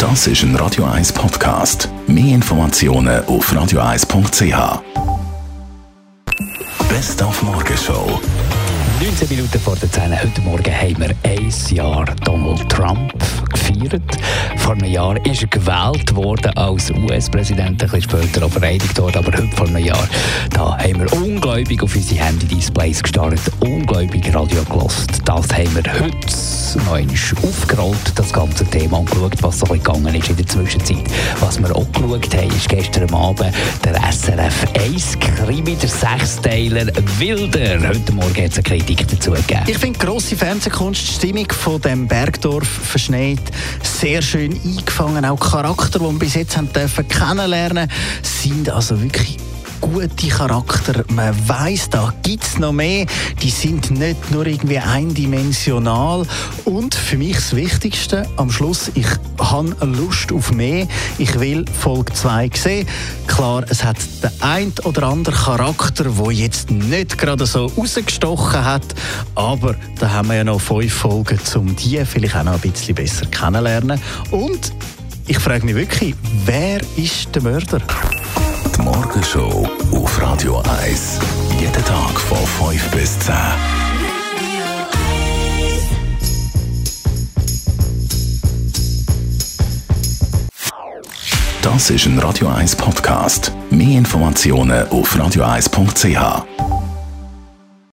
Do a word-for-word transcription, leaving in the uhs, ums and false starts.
Das ist ein Radio eins Podcast. Mehr Informationen auf radio eins punkt c h. Best auf Morgenshow. neunzehn Minuten vor der zehn. Heute Morgen haben wir ein Jahr Donald Trump gefeiert. Vor einem Jahr ist er gewählt worden als U S-Präsident, ein bisschen später auch vereidigt worden. Aber heute vor einem Jahr, da haben wir ungläubig auf unsere Handy-Displays gestartet, ungläubig Radio gehört. Das haben wir heute noch einmal aufgerollt, das ganze Thema, und geschaut, was so gegangen ist in der Zwischenzeit. Was wir auch geschaut haben, ist gestern Abend der S R F eins Krimi, der Sechsteiler Wilder. Heute Morgen hat es eine Kritik dazu gegeben. Ich finde die grosse Fernsehkunst, die Stimmung von dem Bergdorf verschneit, sehr schön eingefangen. Auch die Charakter, die wir bis jetzt haben dürfen kennenlernen, sind also wirklich gute Charakter. Man weiss, da gibt es noch mehr. Die sind nicht nur irgendwie eindimensional. Und für mich das Wichtigste am Schluss, ich habe Lust auf mehr. Ich will Folge zwei sehen. Klar, es hat den einen oder anderen Charakter, der jetzt nicht gerade so rausgestochen hat. Aber da haben wir ja noch fünf Folgen, um die vielleicht auch noch ein bisschen besser kennenlernen. Und ich frage mich wirklich, wer ist der Mörder? Die Morgenshow auf Radio eins. Jeden Tag von fünf bis zehn. Das ist ein Radio eins Podcast. Mehr Informationen auf radio eins punkt c h.